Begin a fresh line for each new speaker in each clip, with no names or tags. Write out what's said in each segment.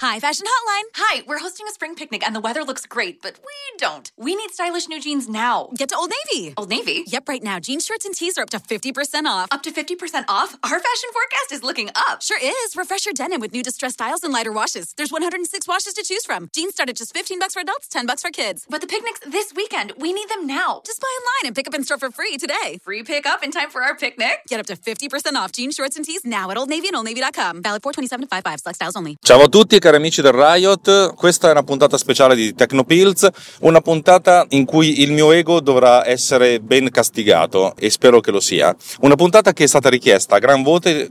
Hi, Fashion Hotline.
Hi, we're hosting a spring picnic and the weather looks great, but we don't. We need stylish new jeans now.
Get to Old Navy.
Old Navy?
Yep, right now, jeans, shorts, and tees are up to 50% off.
Up to 50% off? Our fashion forecast is looking up.
Sure is. Refresh your denim with new distressed styles and lighter washes. There's 106 washes to choose from. Jeans start at just $15 for adults, $10 for kids.
But the picnic's this weekend. We need them now.
Just buy online and pick up in store for free today.
Free pickup in time for our picnic?
Get up to 50% off jeans, shorts, and tees now at Old Navy and OldNavy.com. Valid 4/27/55. Select styles only.
Ciao a tutti cari amici del Riot, questa è una puntata speciale di Technopills, una puntata in cui il mio ego dovrà essere ben castigato e spero che lo sia. Una puntata che è stata richiesta a gran voce,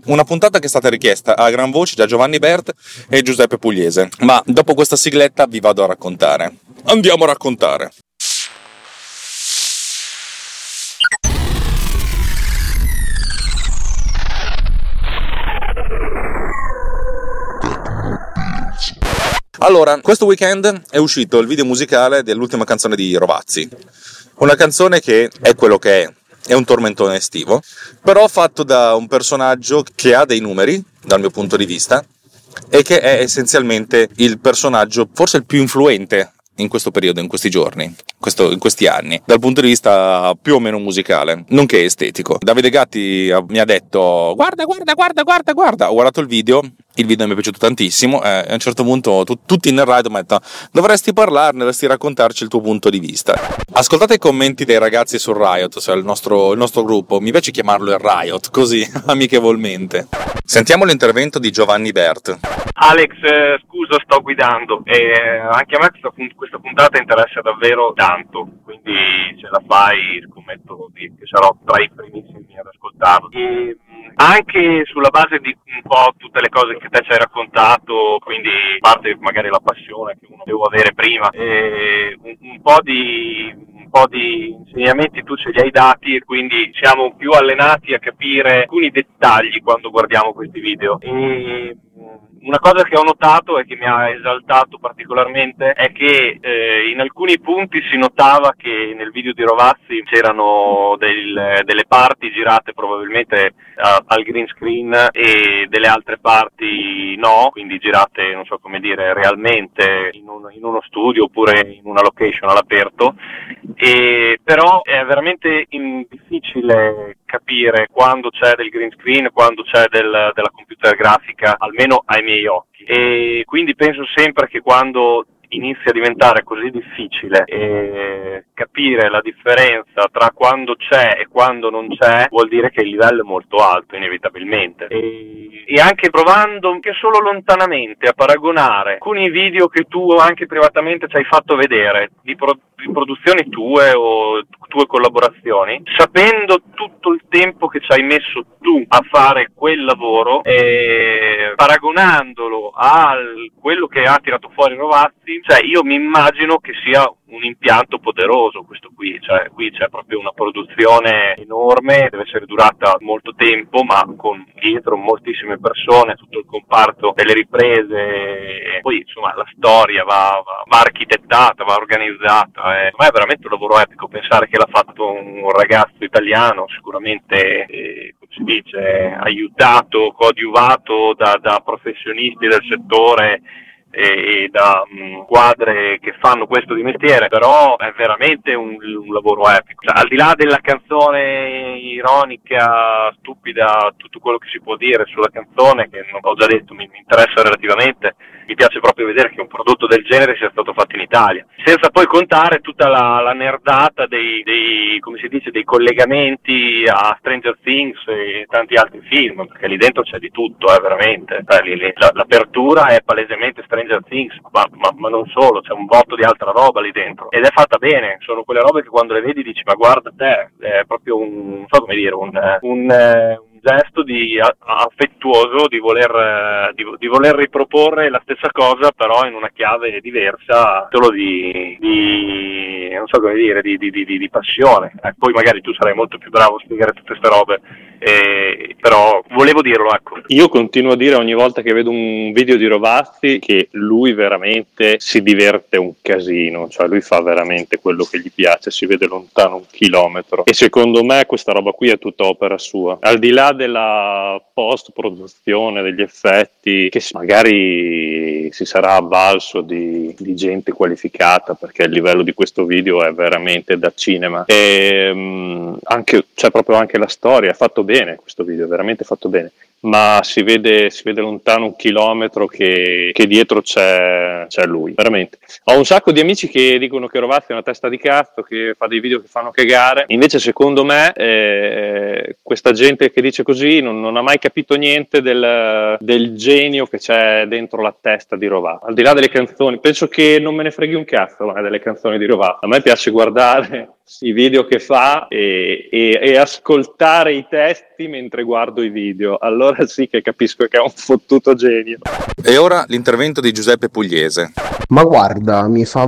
da Giovanni Bert e Giuseppe Pugliese. Ma dopo questa sigletta vi vado a raccontare. Andiamo a raccontare. Allora, questo weekend è uscito il video musicale dell'ultima canzone di Rovazzi. Una canzone che è quello che è un tormentone estivo, però fatto da un personaggio che ha dei numeri, dal mio punto di vista, e che è essenzialmente il personaggio forse il più influente in questo periodo, in questi giorni, in questi anni, dal punto di vista più o meno musicale, nonché estetico. Davide Gatti mi ha detto guarda, ho guardato il video mi è piaciuto tantissimo, e a un certo punto tutti nel raid mi hanno detto dovresti parlarne, dovresti raccontarci il tuo punto di vista. Ascoltate i commenti dei ragazzi sul Riot, cioè il nostro gruppo, mi piace chiamarlo il Riot, così amichevolmente. Sentiamo l'intervento di Giovanni Bert.
Alex, scusa, sto guidando e anche a me questa puntata interessa davvero tanto, quindi ce la fai, scommetto che sarò tra i primissimi ad ascoltarlo. E anche sulla base di un po' tutte le cose che te ci hai raccontato, quindi a parte magari la passione che uno deve avere prima, un po' di insegnamenti tu ce li hai dati e quindi siamo più allenati a capire alcuni dettagli quando guardiamo questi video. E una cosa che ho notato e che mi ha esaltato particolarmente è che in alcuni punti si notava che nel video di Rovazzi c'erano delle parti girate probabilmente al green screen e delle altre parti no, quindi girate, non so come dire, realmente in uno studio oppure in una location all'aperto. Però è veramente difficile capire quando c'è del green screen, quando c'è della computer grafica, almeno ai miei occhi. E quindi penso sempre che quando inizia a diventare così difficile capire la differenza tra quando c'è e quando non c'è, vuol dire che il livello è molto alto, inevitabilmente. E anche provando anche solo lontanamente a paragonare alcuni video che tu anche privatamente ci hai fatto vedere, di produzioni tue o tue collaborazioni, sapendo tutto il tempo che ci hai messo tu a fare quel lavoro, paragonandolo a quello che ha tirato fuori Rovazzi, cioè io mi immagino che sia un impianto poderoso questo qui, cioè qui c'è proprio una produzione enorme, deve essere durata molto tempo, ma con dietro moltissime persone, tutto il comparto delle riprese, poi insomma la storia va architettata, va organizzata, ma è veramente un lavoro epico. Pensare che l'ha fatto un ragazzo italiano, sicuramente come si dice, aiutato, coadiuvato da professionisti del settore e da squadre che fanno questo di mestiere, però è veramente un lavoro epico. Cioè, al di là della canzone ironica, stupida, tutto quello che si può dire sulla canzone, che non ho già detto, mi interessa relativamente, mi piace proprio vedere che un prodotto del genere sia stato fatto in Italia, senza poi contare tutta la nerdata dei come si dice, dei collegamenti a Stranger Things e tanti altri film, perché lì dentro c'è di tutto, veramente. L'apertura è palesemente Stranger Things, ma non solo, c'è un botto di altra roba lì dentro ed è fatta bene. Sono quelle robe che quando le vedi dici ma guarda te, è proprio non so come dire, un gesto affettuoso di voler riproporre la stessa cosa però in una chiave diversa, solo di non so come dire, di passione. Poi magari tu sarai molto più bravo a spiegare tutte queste robe, però volevo dirlo, ecco.
Io continuo a dire ogni volta che vedo un video di Rovazzi che lui veramente si diverte un casino, cioè lui fa veramente quello che gli piace, si vede lontano 1 chilometro, e secondo me questa roba qui è tutta opera sua, al di là là della post-produzione, degli effetti, che magari si sarà avvalso di gente qualificata, perché il livello di questo video è veramente da cinema, e c'è proprio anche la storia, è fatto bene questo video, è veramente fatto bene, ma si vede lontano 1 chilometro che dietro c'è lui, veramente. Ho un sacco di amici che dicono che Rovazzi è una testa di cazzo, che fa dei video che fanno cagare, invece secondo me questa gente che dice così non ha mai capito niente del genio che c'è dentro la testa di Rovazzi. Al di là delle canzoni, penso che non me ne freghi un cazzo delle canzoni di Rovazzi. A me piace guardare i video che fa e ascoltare i testi mentre guardo i video, allora sì che capisco che è un fottuto genio.
E ora l'intervento di Giuseppe Pugliese.
Ma guarda, mi fa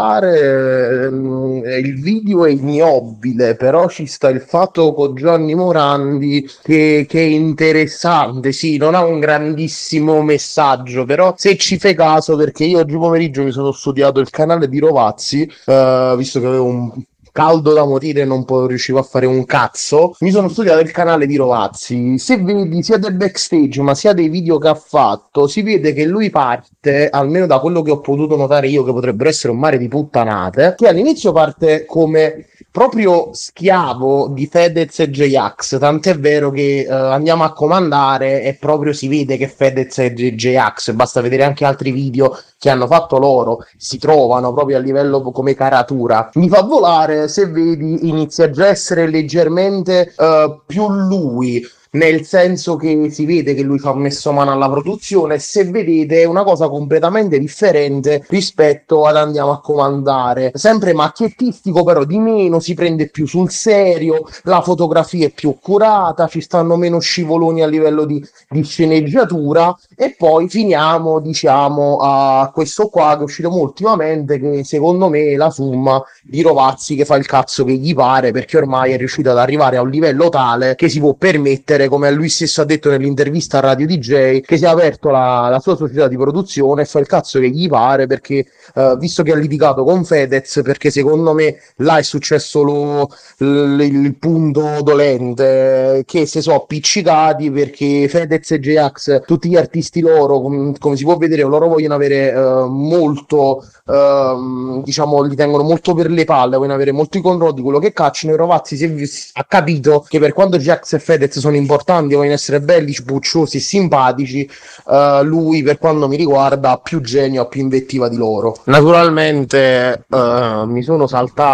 volare, il video è ignobile, però ci sta il fatto con Gianni Morandi che è interessante, sì, non ha un grandissimo messaggio, però se ci fai caso, perché io oggi pomeriggio mi sono studiato il canale di Rovazzi, visto che avevo un caldo da morire, non riuscivo a fare un cazzo, mi sono studiato il canale di Rovazzi. Se vedi sia del backstage ma sia dei video che ha fatto, si vede che lui parte, almeno da quello che ho potuto notare io, che potrebbero essere un mare di puttanate, che all'inizio parte come proprio schiavo di Fedez e J-Ax, tant'è vero che andiamo a comandare e proprio si vede che Fedez e J-Ax, basta vedere anche altri video che hanno fatto loro, si trovano proprio a livello come caratura. Mi fa volare, se vedi, inizia già a essere leggermente più lui, nel senso che si vede che lui ci ha messo mano alla produzione. Se vedete è una cosa completamente differente rispetto ad Andiamo a comandare, sempre macchiettistico, però di meno, si prende più sul serio, la fotografia è più curata, ci stanno meno scivoloni a livello di sceneggiatura. E poi finiamo, diciamo, a questo qua che è uscito ultimamente, che secondo me è la summa di Rovazzi che fa il cazzo che gli pare, perché ormai è riuscito ad arrivare a un livello tale che si può permettere, come lui stesso ha detto nell'intervista a Radio DJ, che si è aperto la sua società di produzione e fa il cazzo che gli pare, perché visto che ha litigato con Fedez, perché secondo me là è successo il punto dolente, che si sono appiccicati, perché Fedez e J-Ax, tutti gli artisti loro, come si può vedere, loro vogliono avere molto, diciamo, li tengono molto per le palle, vogliono avere molto i controlli di quello che cacciano. E Rovazzi ha capito che per quanto J-Ax e Fedez sono importanti, vogliono essere belli, spucciosi e simpatici, lui, per quanto mi riguarda, ha più genio, ha più invettiva di loro. Naturalmente mi sono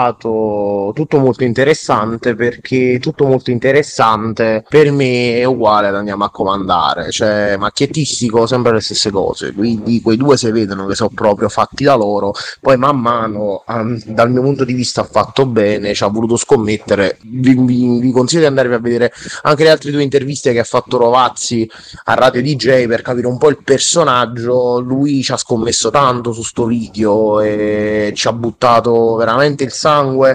saltato tutto molto interessante, perché tutto molto interessante per me è uguale ad Andiamo a comandare, cioè macchiettistico, sempre le stesse cose, quindi quei due si vedono che sono proprio fatti da loro. Poi man mano, dal mio punto di vista, ha fatto bene, ci ha voluto scommettere. Vi consiglio di andare a vedere anche le altre due interviste che ha fatto Rovazzi a Radio DJ per capire un po' il personaggio. Lui ci ha scommesso tanto su sto video e ci ha buttato veramente il sangue,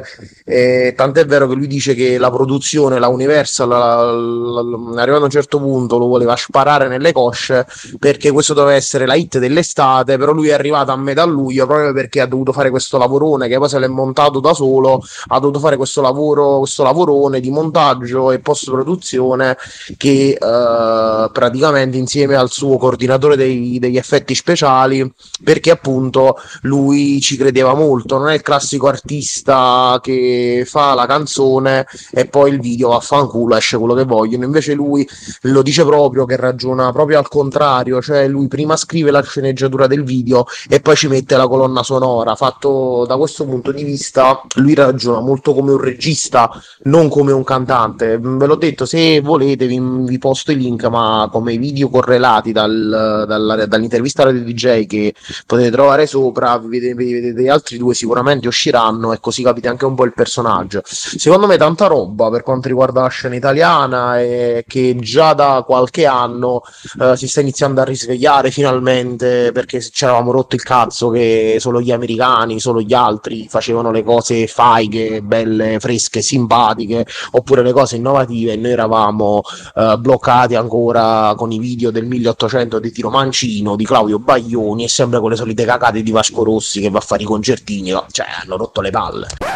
e tant'è vero che lui dice che la produzione, la Universal, arrivato a un certo punto lo voleva sparare nelle cosce, perché questo doveva essere la hit dell'estate, però lui è arrivato a metà luglio proprio perché ha dovuto fare questo lavorone, che poi se l'è montato da solo, ha dovuto fare questo lavorone di montaggio e post produzione, che praticamente insieme al suo coordinatore degli effetti speciali, perché appunto lui ci credeva molto, non è il classico artista che fa la canzone e poi il video vaffanculo, esce quello che vogliono. Invece lui lo dice proprio che ragiona proprio al contrario, cioè lui prima scrive la sceneggiatura del video e poi ci mette la colonna sonora. Fatto da questo punto di vista, lui ragiona molto come un regista, non come un cantante. Ve l'ho detto, se volete vi posto i link, ma come video correlati dall'intervista Radio DJ che potete trovare sopra, vedete gli altri due sicuramente usciranno, e così capite anche un po' il personaggio. Secondo me tanta roba per quanto riguarda la scena italiana, e che già da qualche anno si sta iniziando a risvegliare finalmente, perché ci eravamo rotto il cazzo che solo gli americani, solo gli altri facevano le cose faighe, belle, fresche, simpatiche, oppure le cose innovative, e noi eravamo bloccati ancora con i video del 1800 di Tiro Mancino, di Claudio Baglioni, e sempre con le solite cagate di Vasco Rossi che va a fare i concertini, cioè hanno rotto le palle.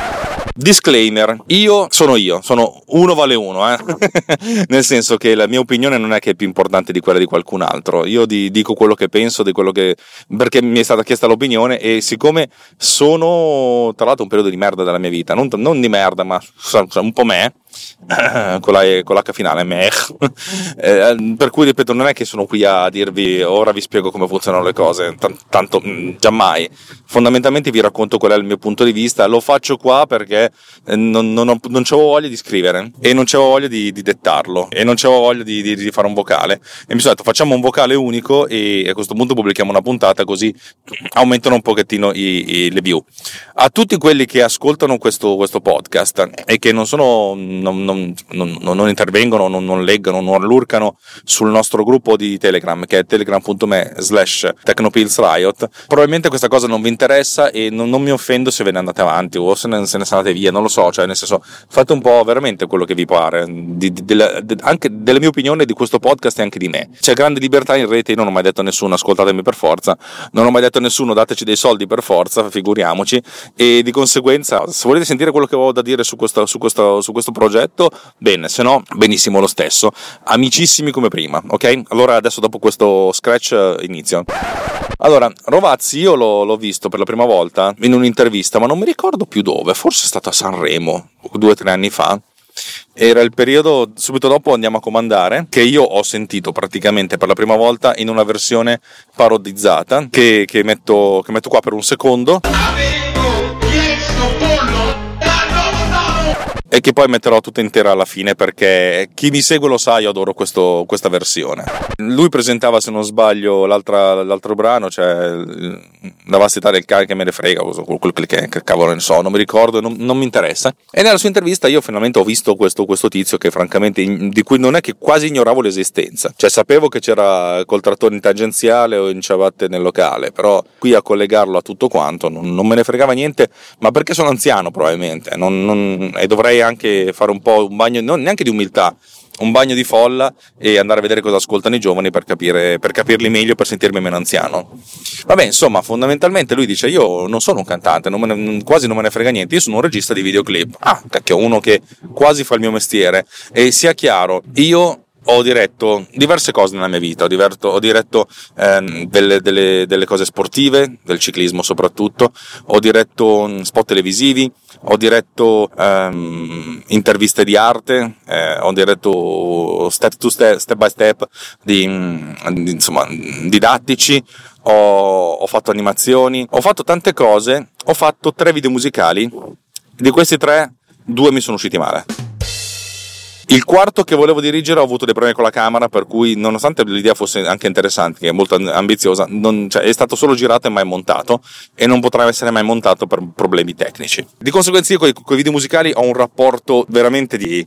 Disclaimer, io, sono uno vale uno, nel senso che la mia opinione non è che è più importante di quella di qualcun altro. Io dico quello che penso, perché mi è stata chiesta l'opinione, e siccome sono tra l'altro un periodo di merda della mia vita, non di merda, ma un po' me, con l'H finale, per cui ripeto, non è che sono qui a dirvi ora vi spiego come funzionano le cose, tanto giammai. Fondamentalmente vi racconto qual è il mio punto di vista. Lo faccio qua perché non c'avevo voglia di scrivere, e non c'avevo voglia di dettarlo, e non c'avevo voglia di fare un vocale, e mi sono detto facciamo un vocale unico, e a questo punto pubblichiamo una puntata, così aumentano un pochettino le view. A tutti quelli che ascoltano questo podcast e che non intervengono, non leggono, non lurcano sul nostro gruppo di Telegram, che è telegram.me/technopillsriot, probabilmente questa cosa non vi interessa, e non mi offendo se ve ne andate avanti o se ne andate via, non lo so, cioè nel senso, fate un po' veramente quello che vi pare, anche della mia opinione di questo podcast e anche di me. C'è grande libertà in rete, io non ho mai detto a nessuno ascoltatemi per forza, non ho mai detto a nessuno dateci dei soldi per forza, figuriamoci, e di conseguenza se volete sentire quello che ho da dire su questo progetto, bene, se no benissimo lo stesso, amicissimi come prima, ok? Allora adesso dopo questo scratch inizio. Allora, Rovazzi io l'ho visto per la prima volta in un'intervista, ma non mi ricordo più dove, forse è stato a Sanremo 2 o 3 anni fa. Era il periodo subito dopo Andiamo a comandare, che io ho sentito praticamente per la prima volta in una versione parodizzata che metto qua per un secondo. E che poi metterò tutta intera alla fine, perché chi mi segue lo sa, io adoro questa versione. Lui presentava, se non sbaglio, l'altro brano, cioè la vastità del cane che me ne frega, quel che cavolo ne so, non mi ricordo, non mi interessa. E nella sua intervista io finalmente ho visto questo tizio che francamente, di cui non è che quasi ignoravo l'esistenza, cioè sapevo che c'era col trattore in tangenziale o in ciabatte nel locale, però qui a collegarlo a tutto quanto non me ne fregava niente, ma perché sono anziano probabilmente, e dovrei anche fare un po' un bagno, non neanche di umiltà, un bagno di folla, e andare a vedere cosa ascoltano i giovani per capirli meglio, per sentirmi meno anziano. Vabbè, insomma, fondamentalmente lui dice io non sono un cantante, quasi non me ne frega niente, io sono un regista di videoclip. Cacchio, uno che quasi fa il mio mestiere. E sia chiaro, io ho diretto diverse cose nella mia vita, ho diretto delle cose sportive, del ciclismo soprattutto, ho diretto spot televisivi, ho diretto interviste di arte, ho diretto step by step insomma, didattici, ho fatto animazioni, ho fatto tante cose, ho fatto 3 video musicali, di questi 3, 2 mi sono usciti male. Il quarto che volevo dirigere ho avuto dei problemi con la camera, per cui nonostante l'idea fosse anche interessante, che è molto ambiziosa, è stato solo girato e mai montato, e non potrà essere mai montato per problemi tecnici. Di conseguenza io con i video musicali ho un rapporto veramente di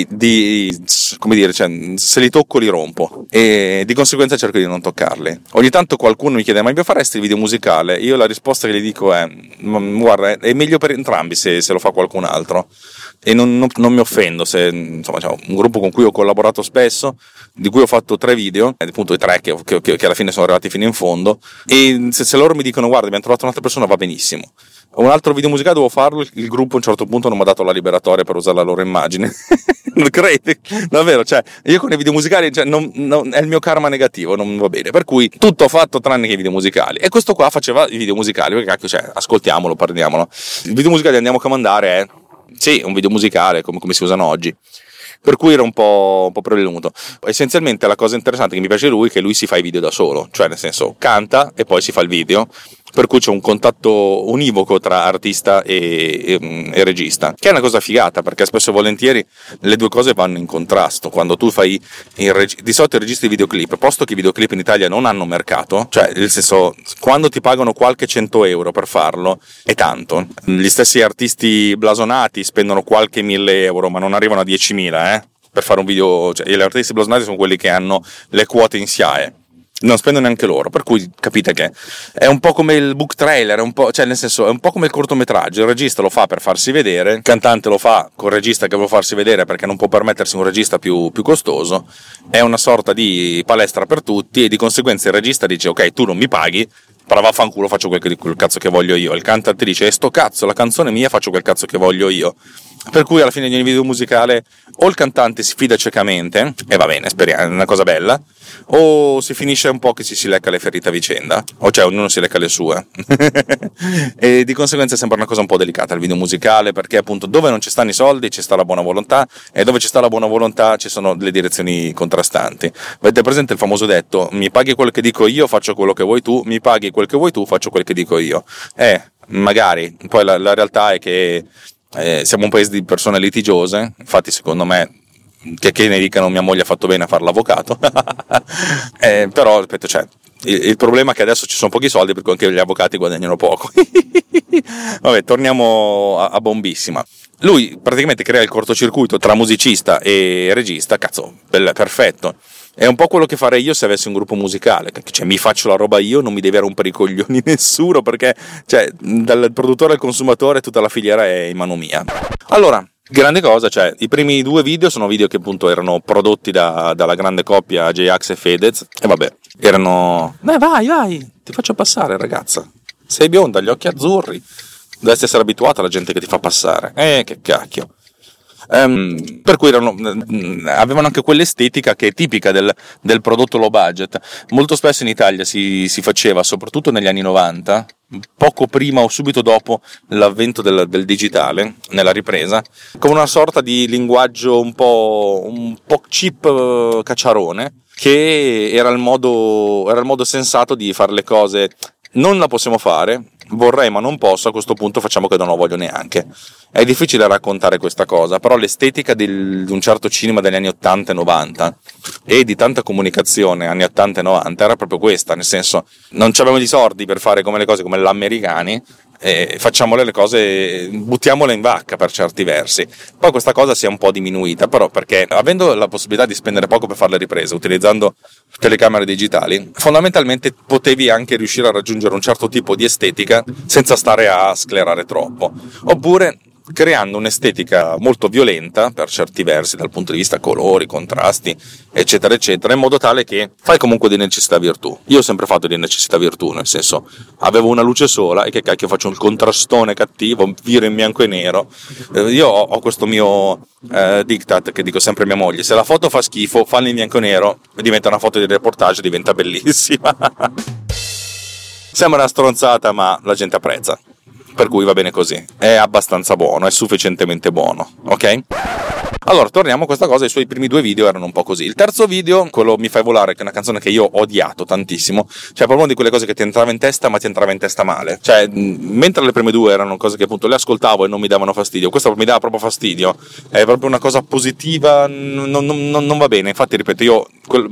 come dire, cioè, se li tocco li rompo, e di conseguenza cerco di non toccarli. Ogni tanto qualcuno mi chiede ma mi faresti il video musicale? Io la risposta che gli dico è guarda, è meglio per entrambi se lo fa qualcun altro, e non mi offendo se, insomma, c'è un gruppo con cui ho collaborato spesso, di cui ho fatto 3 video, appunto i 3 che alla fine sono arrivati fino in fondo, e se loro mi dicono guarda abbiamo trovato un'altra persona, va benissimo. Un altro video musicale dovevo farlo, il gruppo a un certo punto non mi ha dato la liberatoria per usare la loro immagine. Non credi? Davvero, cioè io con i video musicali, cioè, è il mio karma negativo, non va bene, per cui tutto ho fatto tranne che i video musicali, e questo qua faceva i video musicali, perché cacchio, cioè, ascoltiamolo, parliamolo. Il video musicale Andiamo a comandare è sì, un video musicale come si usano oggi, per cui era un po' prevenuto. Essenzialmente la cosa interessante che mi piace di lui è che lui si fa i video da solo, cioè nel senso canta e poi si fa il video, per cui c'è un contatto univoco tra artista e regista, che è una cosa figata, perché spesso e volentieri le due cose vanno in contrasto. Quando tu fai di solito i registi di videoclip, posto che i videoclip in Italia non hanno mercato, cioè nel senso quando ti pagano qualche 100 euro per farlo è tanto, gli stessi artisti blasonati spendono qualche 1.000 euro ma non arrivano a 10.000 per fare un video, cioè gli artisti blasonati sono quelli che hanno le quote in SIAE, non spendono neanche loro, per cui capite che è un po' come il book trailer, cioè nel senso è un po' come il cortometraggio, il regista lo fa per farsi vedere, il cantante lo fa col regista che vuole farsi vedere perché non può permettersi un regista più costoso, è una sorta di palestra per tutti, e di conseguenza il regista dice ok, tu non mi paghi, però vaffanculo, faccio quel cazzo che voglio io. Il cantante dice sto cazzo, la canzone mia, faccio quel cazzo che voglio io. Per cui alla fine di ogni video musicale o il cantante si fida ciecamente, e va bene, speriamo, è una cosa bella, o si finisce un po' che si lecca le ferite a vicenda, o cioè ognuno si lecca le sue. E di conseguenza è sempre una cosa un po' delicata il video musicale, perché appunto dove non ci stanno i soldi ci sta la buona volontà, e dove ci sta la buona volontà ci sono le direzioni contrastanti. Avete presente il famoso detto: mi paghi quel che dico io, faccio quello che vuoi tu, mi paghi quel che vuoi tu, faccio quel che dico io. Magari, poi la realtà è che siamo un paese di persone litigiose, infatti secondo me, che ne dicano, mia moglie ha fatto bene a fare l'avvocato. Però ripeto, il problema è che adesso ci sono pochi soldi, perché anche gli avvocati guadagnano poco. Vabbè, torniamo a bombissima. Lui praticamente crea il cortocircuito tra musicista e regista, cazzo, perfetto. È un po' quello che farei io se avessi un gruppo musicale, cioè mi faccio la roba io, non mi deve rompere i coglioni nessuno, perché dal produttore al consumatore tutta la filiera è in mano mia. Allora, grande cosa, i primi 2 video sono video che appunto erano prodotti dalla grande coppia J-Ax e Fedez, e vabbè, erano... vai, ti faccio passare, ragazza, sei bionda, gli occhi azzurri, dovresti essere abituata alla gente che ti fa passare, che cacchio. Per cui avevano anche quell'estetica che è tipica del prodotto low budget. Molto spesso in Italia si faceva, soprattutto negli anni 90, poco prima o subito dopo l'avvento del digitale nella ripresa, come una sorta di linguaggio un po' cheap, cacciarone, che era il modo sensato di fare le cose. Non la possiamo fare, vorrei ma non posso, a questo punto facciamo che non lo voglio neanche. È difficile raccontare questa cosa, però l'estetica di un certo cinema degli anni 80 e 90 e di tanta comunicazione anni 80 e 90 era proprio questa, nel senso, non avevamo i soldi per fare le cose come gli americani, e facciamole le cose, buttiamole in vacca per certi versi. Poi questa cosa si è un po' diminuita, però perché avendo la possibilità di spendere poco per fare le riprese utilizzando telecamere digitali, fondamentalmente potevi anche riuscire a raggiungere un certo tipo di estetica senza stare a sclerare troppo, oppure creando un'estetica molto violenta per certi versi dal punto di vista colori, contrasti, eccetera eccetera, in modo tale che fai comunque di necessità virtù. Io ho sempre fatto di necessità virtù, nel senso, avevo una luce sola e che cacchio faccio, un contrastone cattivo, viro in bianco e nero. Io ho questo mio diktat che dico sempre a mia moglie: se la foto fa schifo, falla in bianco e nero e diventa una foto di reportage, diventa bellissima. Sembra una stronzata, ma la gente apprezza, per cui va bene così, è abbastanza buono, è sufficientemente buono, ok? Allora, torniamo a questa cosa, i suoi primi 2 video erano un po' così. Il terzo video, quello Mi fai volare, che è una canzone che io ho odiato tantissimo, proprio una di quelle cose che ti entrava in testa, ma ti entrava in testa male. Mentre le prime 2 erano cose che appunto le ascoltavo e non mi davano fastidio, questa mi dava proprio fastidio, è proprio una cosa positiva, non va bene. Infatti, ripeto, io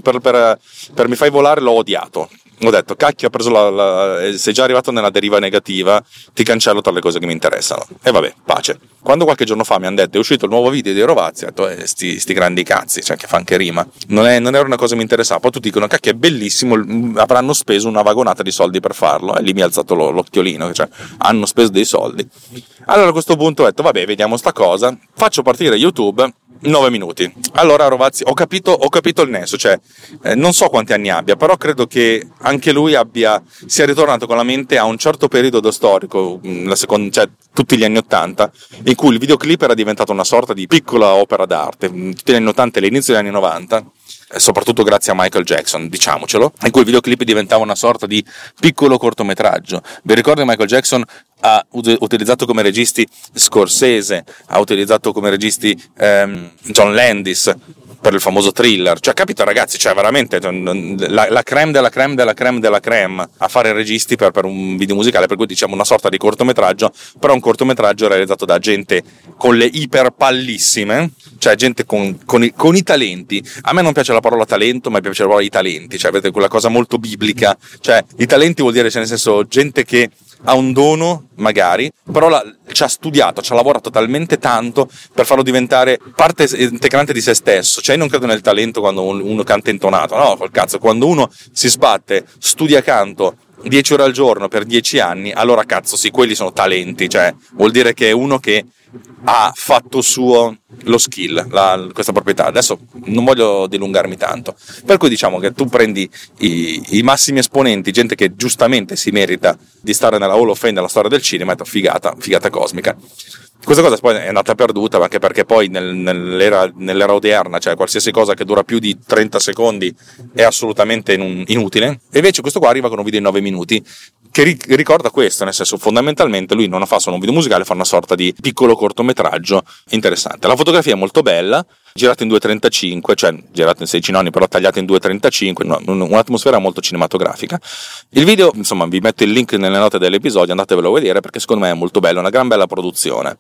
per Mi fai volare l'ho odiato. Ho detto, cacchio, ho preso sei già arrivato nella deriva negativa, ti cancello tra le cose che mi interessano. E vabbè, pace. Quando qualche giorno fa mi hanno detto è uscito il nuovo video di Rovazzi, ho detto sti grandi cazzi, che fa anche rima. Non era una cosa che mi interessava. Poi tutti dicono, cacchio, è bellissimo, avranno speso una vagonata di soldi per farlo. E lì mi ha alzato l'occhiolino, hanno speso dei soldi. Allora a questo punto ho detto, vabbè, vediamo sta cosa, faccio partire YouTube. 9 minuti. Allora Rovazzi, ho capito il nesso, non so quanti anni abbia, però credo che anche lui sia ritornato con la mente a un certo periodo storico, tutti gli anni 80, in cui il videoclip era diventato una sorta di piccola opera d'arte, tutti gli anni 80 e l'inizio degli anni 90, soprattutto grazie a Michael Jackson, diciamocelo, in cui il videoclip diventava una sorta di piccolo cortometraggio. Vi ricordo che Michael Jackson ha utilizzato come registi Scorsese, ha utilizzato come registi John Landis per il famoso Thriller, capito ragazzi, veramente la crème della crème della crème della crème a fare registi per un video musicale, per cui diciamo una sorta di cortometraggio, però un cortometraggio realizzato da gente con le iperpallissime, gente con i talenti. A me non piace la parola talento, ma mi piace la parola i talenti, avete quella cosa molto biblica, i talenti vuol dire, nel senso, gente che ha un dono magari, però ci ha studiato, ci ha lavorato talmente tanto per farlo diventare parte integrante di se stesso. Io non credo nel talento quando uno canta intonato, no, col cazzo, quando uno si sbatte, studia canto 10 ore al giorno per 10 anni, allora cazzo sì, quelli sono talenti, cioè vuol dire che è uno che ha fatto suo lo skill, questa proprietà. Adesso non voglio dilungarmi tanto, per cui diciamo che tu prendi i massimi esponenti, gente che giustamente si merita di stare nella Hall of Fame della storia del cinema, e figata cosmica. Questa cosa poi è andata perduta, anche perché poi nell'era odierna, cioè qualsiasi cosa che dura più di 30 secondi è assolutamente inutile, e invece questo qua arriva con un video in 9 minuti che ricorda questo, nel senso, fondamentalmente lui non fa solo un video musicale, fa una sorta di piccolo cortometraggio interessante. La fotografia è molto bella, girato in 2.35, cioè girato in 16 nonni, però tagliato in 2.35, un'atmosfera molto cinematografica. Il video, insomma, vi metto il link nelle note dell'episodio, andatevelo a vedere perché secondo me è molto bello, una gran bella produzione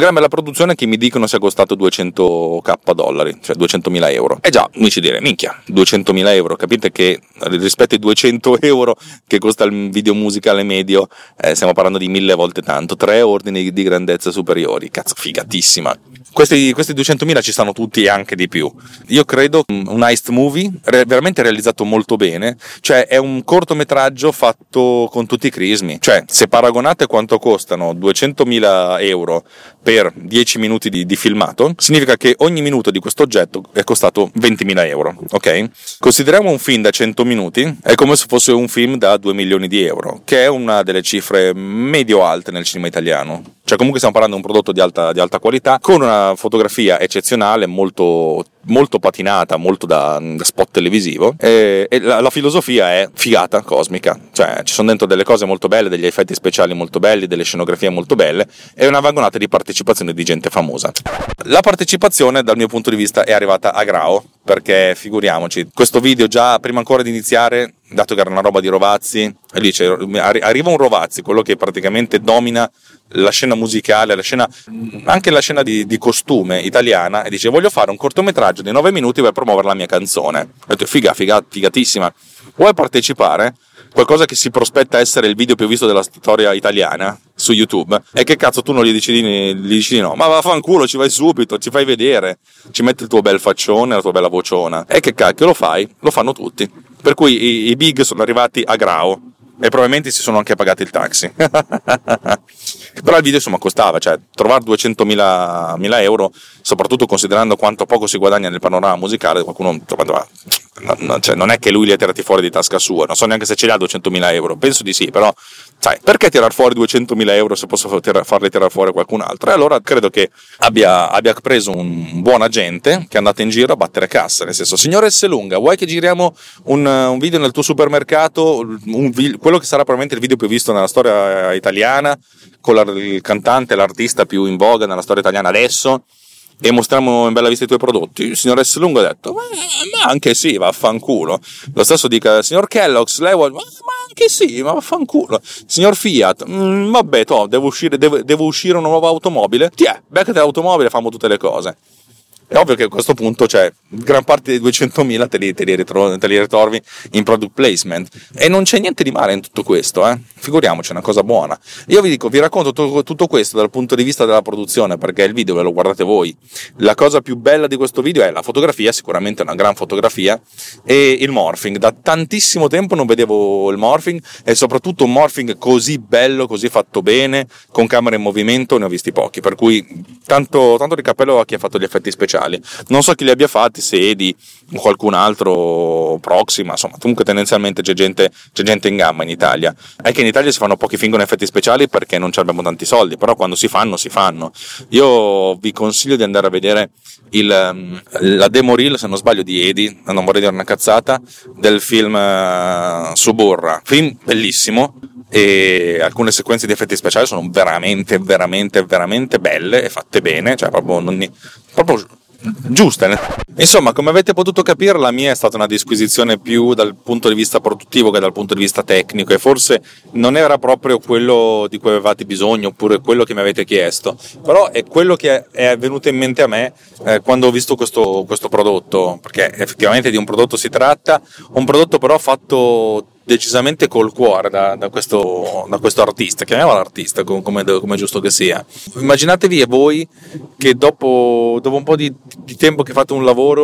che mi dicono sia costato $200.000, cioè 200.000 euro. E già, mi ci dire, minchia, 200.000 euro, capite che rispetto ai 200 euro che costa il video musicale medio, stiamo parlando di 1000 volte tanto, 3 ordini di grandezza superiori, cazzo, figatissima. Questi 200.000 ci stanno tutti e anche di più. Io credo un heist movie veramente realizzato molto bene, cioè è un cortometraggio fatto con tutti i crismi, cioè se paragonate quanto costano 200.000 euro per 10 minuti di filmato, significa che ogni minuto di questo oggetto è costato 20.000 euro, ok? Consideriamo un film da 100 minuti, è come se fosse un film da 2 milioni di euro, che è una delle cifre medio alte nel cinema italiano. Cioè comunque stiamo parlando di un prodotto di alta qualità, con una fotografia eccezionale, molto, molto patinata, molto da spot televisivo, e la filosofia è figata cosmica, cioè ci sono dentro delle cose molto belle, degli effetti speciali molto belli, delle scenografie molto belle e una vagonata di partecipazione di gente famosa. La partecipazione dal mio punto di vista è arrivata a Grao, perché figuriamoci, questo video già prima ancora di iniziare, dato che era una roba di Rovazzi, e lì arriva un Rovazzi, quello che praticamente domina la scena musicale, anche la scena di costume italiana, e dice: voglio fare un cortometraggio di 9 minuti per promuovere la mia canzone. Ho detto: figatissima, vuoi partecipare? Qualcosa che si prospetta essere il video più visto della storia italiana su YouTube, e che cazzo tu non gli dici di no? Ma vaffanculo, ci vai subito, ci fai vedere, ci metti il tuo bel faccione, la tua bella vociona, e che cacchio lo fai? Lo fanno tutti, per cui i big sono arrivati a Grao e probabilmente si sono anche pagati il taxi. Però il video insomma costava, cioè trovare 200.000 euro, soprattutto considerando quanto poco si guadagna nel panorama musicale, qualcuno cioè, non è che lui li ha tirati fuori di tasca sua, non so neanche se ce li ha 200.000 euro, penso di sì, però sai, perché tirar fuori 200.000 euro se posso farli tirare fuori qualcun altro? E allora credo che abbia preso un buon agente che è andato in giro a battere cassa, nel senso: signore Esselunga, vuoi che giriamo un video nel tuo supermercato, quello che sarà probabilmente il video più visto nella storia italiana, con il cantante, l'artista più in voga nella storia italiana adesso, e mostriamo in bella vista i tuoi prodotti? Il signor Esselunga ha detto: ma anche sì, vaffanculo. Lo stesso dica signor Kellogg's, lei vuole, ma anche sì, ma vaffanculo. Signor Fiat, vabbè, devo uscire una nuova automobile, beccati l'automobile, famo tutte le cose. È ovvio che a questo punto, cioè, gran parte dei 200.000 te li ritrovi in product placement, e non c'è niente di male in tutto questo, figuriamoci, è una cosa buona. Io vi racconto tutto questo dal punto di vista della produzione, perché il video ve lo guardate voi. La cosa più bella di questo video è la fotografia, sicuramente una gran fotografia, e il morphing. Da tantissimo tempo non vedevo il morphing, e soprattutto un morphing così bello, così fatto bene, con camera in movimento, ne ho visti pochi, per cui tanto di cappello a chi ha fatto gli effetti speciali. Non so chi li abbia fatti, se Edi o qualcun altro prossima, insomma, comunque tendenzialmente c'è gente in gamma in Italia. È che in Italia si fanno pochi film con effetti speciali perché non abbiamo tanti soldi, però quando si fanno. Io vi consiglio di andare a vedere la demo reel, se non sbaglio, di Edi, non vorrei dire una cazzata, del film Suburra, film bellissimo, e alcune sequenze di effetti speciali sono veramente belle e fatte bene, cioè proprio giuste. Insomma, come avete potuto capire, la mia è stata una disquisizione più dal punto di vista produttivo che dal punto di vista tecnico, e forse non era proprio quello di cui avevate bisogno, oppure quello che mi avete chiesto, però è quello che è venuto in mente a me quando ho visto questo prodotto, perché effettivamente di un prodotto si tratta, un prodotto però fatto decisamente col cuore da questo artista, chiamiamolo artista come è giusto che sia. Immaginatevi voi che dopo un po' di tempo che fate un lavoro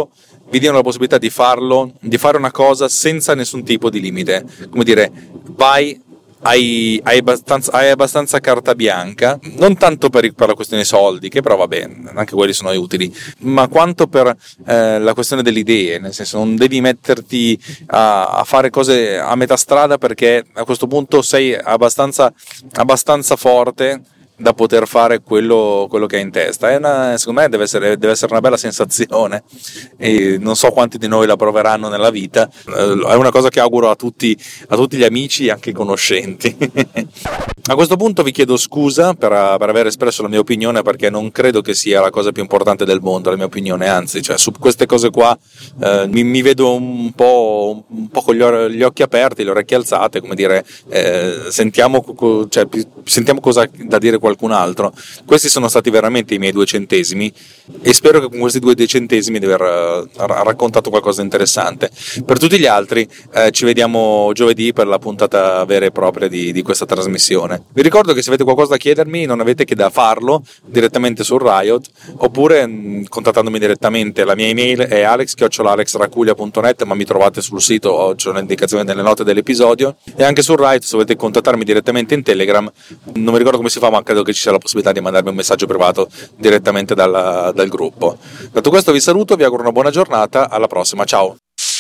vi diano la possibilità di farlo, di fare una cosa senza nessun tipo di limite. Come dire, vai, hai abbastanza carta bianca, non tanto per la questione soldi, che però va bene, anche quelli sono utili, ma quanto per la questione delle idee, nel senso non devi metterti a fare cose a metà strada, perché a questo punto sei abbastanza forte da poter fare quello che hai in testa. Secondo me deve essere una bella sensazione, e non so quanti di noi la proveranno nella vita. È una cosa che auguro a tutti gli amici e anche i conoscenti. A questo punto vi chiedo scusa per aver espresso la mia opinione, perché non credo che sia la cosa più importante del mondo la mia opinione, anzi, cioè, su queste cose qua mi vedo un po' con gli occhi aperti, le orecchie alzate, come dire, sentiamo cosa da dire qualcun altro. Questi sono stati veramente i miei 2 centesimi, e spero che con questi 2 centesimi di aver raccontato qualcosa di interessante. Per tutti gli altri ci vediamo giovedì per la puntata vera e propria di questa trasmissione. Vi ricordo che se avete qualcosa da chiedermi non avete che da farlo direttamente sul Riot, oppure contattandomi direttamente. La mia email è alex@alexraculia.net, ma mi trovate sul sito, o c'è un'indicazione nelle note dell'episodio, e anche sul Riot se volete contattarmi direttamente in Telegram. Non mi ricordo come si fa, ma credo che ci sia la possibilità di mandarmi un messaggio privato direttamente dal gruppo. Detto questo vi saluto, vi auguro una buona giornata, alla prossima, ciao!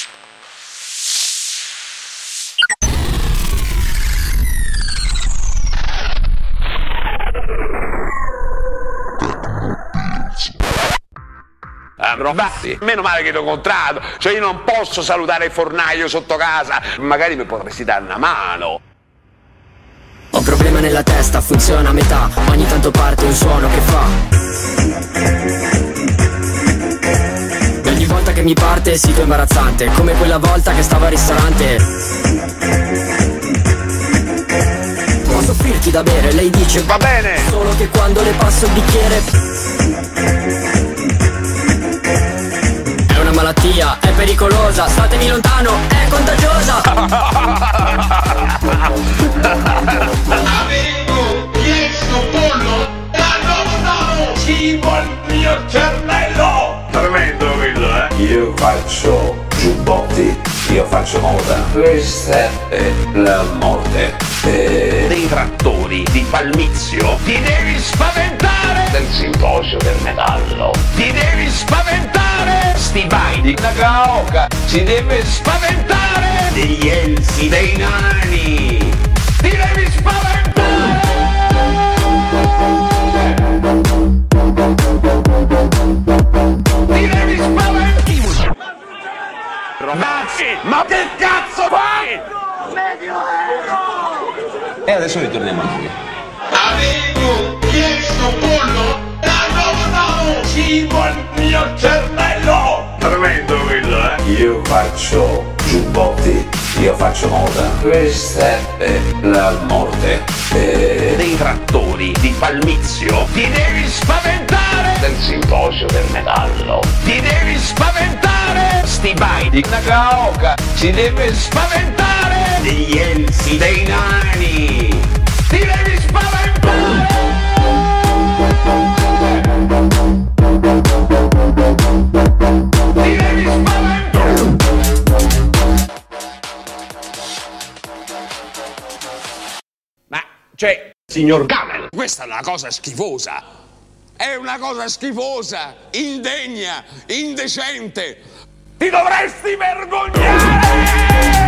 Meno male che l'ho incontrato, cioè io non posso salutare il fornaio sotto casa, magari mi potresti dare una mano.
Ho un problema nella testa, funziona a metà, ogni tanto parte un suono che fa. E ogni volta che mi parte sito imbarazzante, come quella volta che stavo al ristorante. Posso offrirti da bere? Lei dice
va bene,
solo che quando le passo il bicchiere è una malattia, è pericolosa, statevi lontano, è contagiosa.
Avevo chiesto pollo da nuovo, cibo al mio cervello.
Tremendo quello,
Io faccio giubbotti, io faccio moda. Questa è la morte.
Dei trattori di Palmizio. Ti devi spaventare
Del simposio del metallo.
Ti devi spaventare. Stibai di Nagaoka.
Si deve
Spaventare degli elfi, dei nani. Ti devi spaventare. Ti devi spaventare. Ragazzi, ma che cazzo fai?
E adesso ritorniamo qui.
Avevo chiesto pollo da nuovo, cibo al mio cervello.
Tremendo quello,
Io faccio giubbotti, io faccio moda. Questa è la morte.
Dei trattori di Palmizio. Ti devi spaventare.
Del simposio del metallo.
Ti devi spaventare. Stibai di
Nagaoka. Si deve
spaventare degli elfi, dei nani. Ti devi spaventare. Ti devi spaventare. Ma, cioè, signor Camel, questa è una cosa schifosa. È una cosa schifosa, indegna, indecente. Ti dovresti vergognare!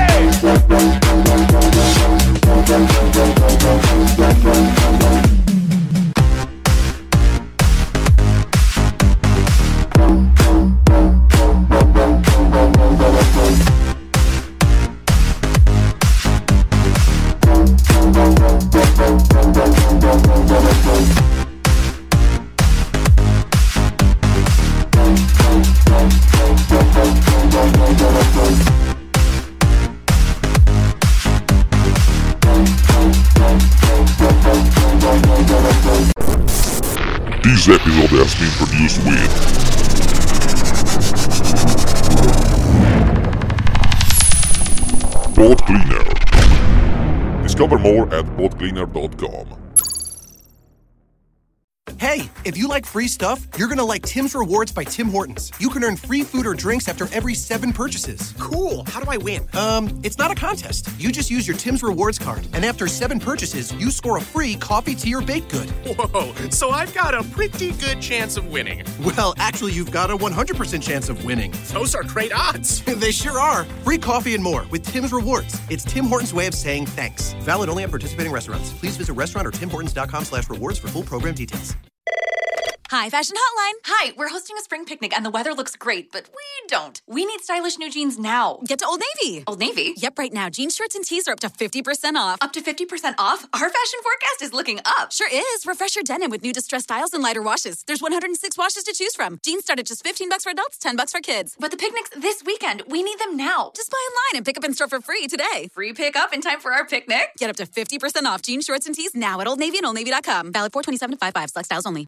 This episode has been produced with Pod Cleaner. Discover more at podcleaner.com.
Hey, if you like free stuff, you're gonna like Tim's Rewards by Tim Hortons. You can earn free food or drinks after every 7 purchases.
Cool. How do I win?
It's not a contest. You just use your Tim's Rewards card, and after 7 purchases, you score a free coffee, tea, or baked good.
Whoa, so I've got a pretty good chance of winning.
Well, actually, you've got a 100% chance of winning.
Those are great odds.
They sure are. Free coffee and more with Tim's Rewards. It's Tim Hortons' way of saying thanks. Valid only at participating restaurants. Please visit restaurant or timhortons.com/rewards for full program details.
Hi, Fashion Hotline.
Hi, we're hosting a spring picnic and the weather looks great, but we don't. We need stylish new jeans now.
Get to Old Navy.
Old Navy?
Yep, right now, jean shorts and tees are up to 50% off.
Up to 50% off? Our fashion forecast is looking up.
Sure is. Refresh your denim with new distressed styles and lighter washes. There's 106 washes to choose from. Jeans start at just $15 for adults, $10 for kids.
But the picnic's this weekend. We need them now.
Just buy online and pick up in store for free today.
Free pickup in time for our picnic?
Get up to 50% off jean shorts and tees now at Old Navy and OldNavy.com. Valid 4/27/55. Select styles only.